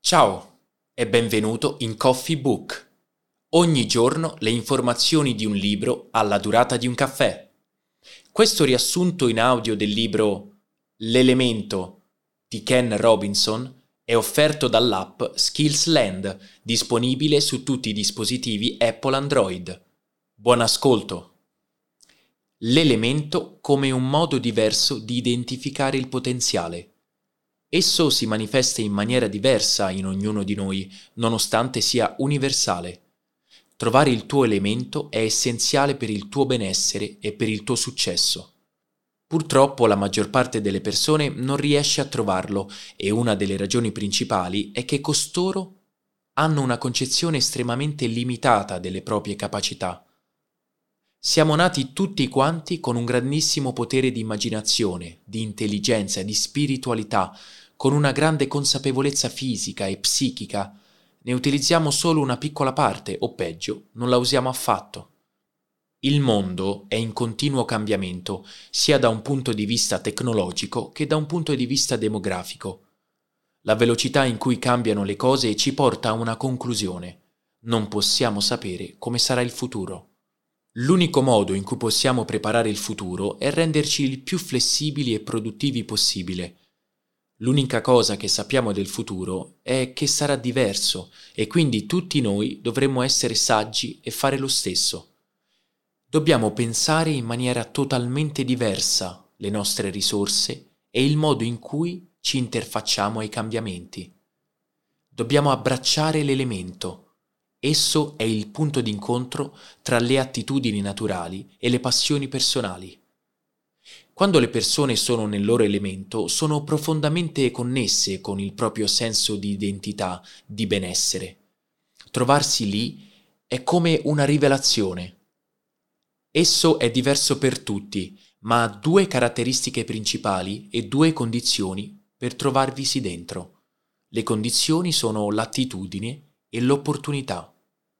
Ciao e benvenuto in Coffee Book. Ogni giorno le informazioni di un libro alla durata di un caffè. Questo riassunto in audio del libro L'elemento di Ken Robinson è offerto dall'app Skillsland, disponibile su tutti i dispositivi Apple Android. Buon ascolto! L'elemento come un modo diverso di identificare il potenziale. Esso si manifesta in maniera diversa in ognuno di noi, nonostante sia universale. Trovare il tuo elemento è essenziale per il tuo benessere e per il tuo successo. Purtroppo la maggior parte delle persone non riesce a trovarlo e una delle ragioni principali è che costoro hanno una concezione estremamente limitata delle proprie capacità. Siamo nati tutti quanti con un grandissimo potere di immaginazione, di intelligenza, di spiritualità, con una grande consapevolezza fisica e psichica. Ne utilizziamo solo una piccola parte, o peggio, non la usiamo affatto. Il mondo è in continuo cambiamento, sia da un punto di vista tecnologico che da un punto di vista demografico. La velocità in cui cambiano le cose ci porta a una conclusione. Non possiamo sapere come sarà il futuro. L'unico modo in cui possiamo preparare il futuro è renderci il più flessibili e produttivi possibile. L'unica cosa che sappiamo del futuro è che sarà diverso e quindi tutti noi dovremmo essere saggi e fare lo stesso. Dobbiamo pensare in maniera totalmente diversa le nostre risorse e il modo in cui ci interfacciamo ai cambiamenti. Dobbiamo abbracciare l'elemento. Esso è il punto d'incontro tra le attitudini naturali e le passioni personali. Quando le persone sono nel loro elemento, sono profondamente connesse con il proprio senso di identità, di benessere. Trovarsi lì è come una rivelazione. Esso è diverso per tutti, ma ha due caratteristiche principali e due condizioni per trovarvisi dentro. Le condizioni sono l'attitudine e l'opportunità.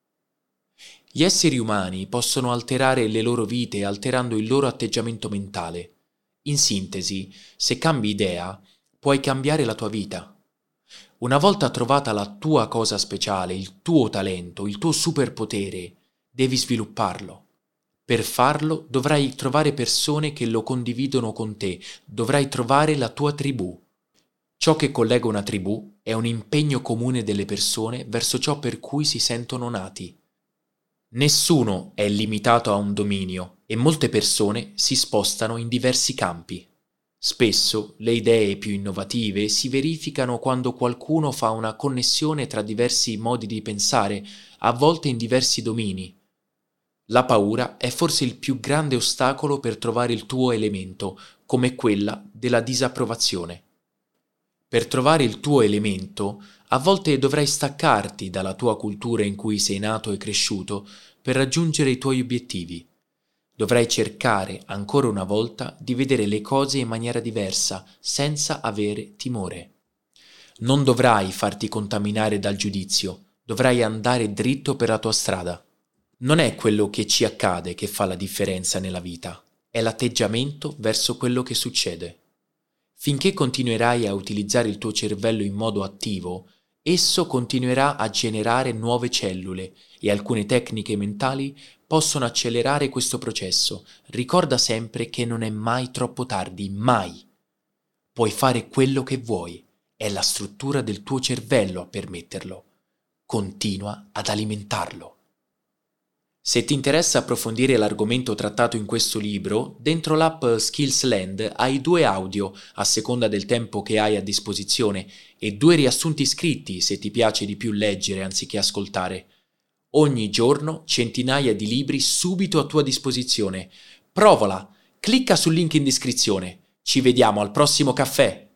Gli esseri umani possono alterare le loro vite alterando il loro atteggiamento mentale. In sintesi, se cambi idea, puoi cambiare la tua vita. Una volta trovata la tua cosa speciale, il tuo talento, il tuo superpotere, devi svilupparlo. Per farlo dovrai trovare persone che lo condividono con te, dovrai trovare la tua tribù. Ciò che collega una tribù è un impegno comune delle persone verso ciò per cui si sentono nati. Nessuno è limitato a un dominio e molte persone si spostano in diversi campi. Spesso le idee più innovative si verificano quando qualcuno fa una connessione tra diversi modi di pensare, a volte in diversi domini. La paura è forse il più grande ostacolo per trovare il tuo elemento, come quella della disapprovazione. Per trovare il tuo elemento, a volte dovrai staccarti dalla tua cultura in cui sei nato e cresciuto per raggiungere i tuoi obiettivi. Dovrai cercare ancora una volta di vedere le cose in maniera diversa, senza avere timore. Non dovrai farti contaminare dal giudizio, dovrai andare dritto per la tua strada. Non è quello che ci accade che fa la differenza nella vita, è l'atteggiamento verso quello che succede. Finché continuerai a utilizzare il tuo cervello in modo attivo, esso continuerà a generare nuove cellule e alcune tecniche mentali possono accelerare questo processo. Ricorda sempre che non è mai troppo tardi, mai. Puoi fare quello che vuoi, è la struttura del tuo cervello a permetterlo. Continua ad alimentarlo. Se ti interessa approfondire l'argomento trattato in questo libro, dentro l'app Skillsland hai 2 audio a seconda del tempo che hai a disposizione e 2 riassunti scritti se ti piace di più leggere anziché ascoltare. Ogni giorno centinaia di libri subito a tua disposizione. Provala, clicca sul link in descrizione. Ci vediamo al prossimo caffè!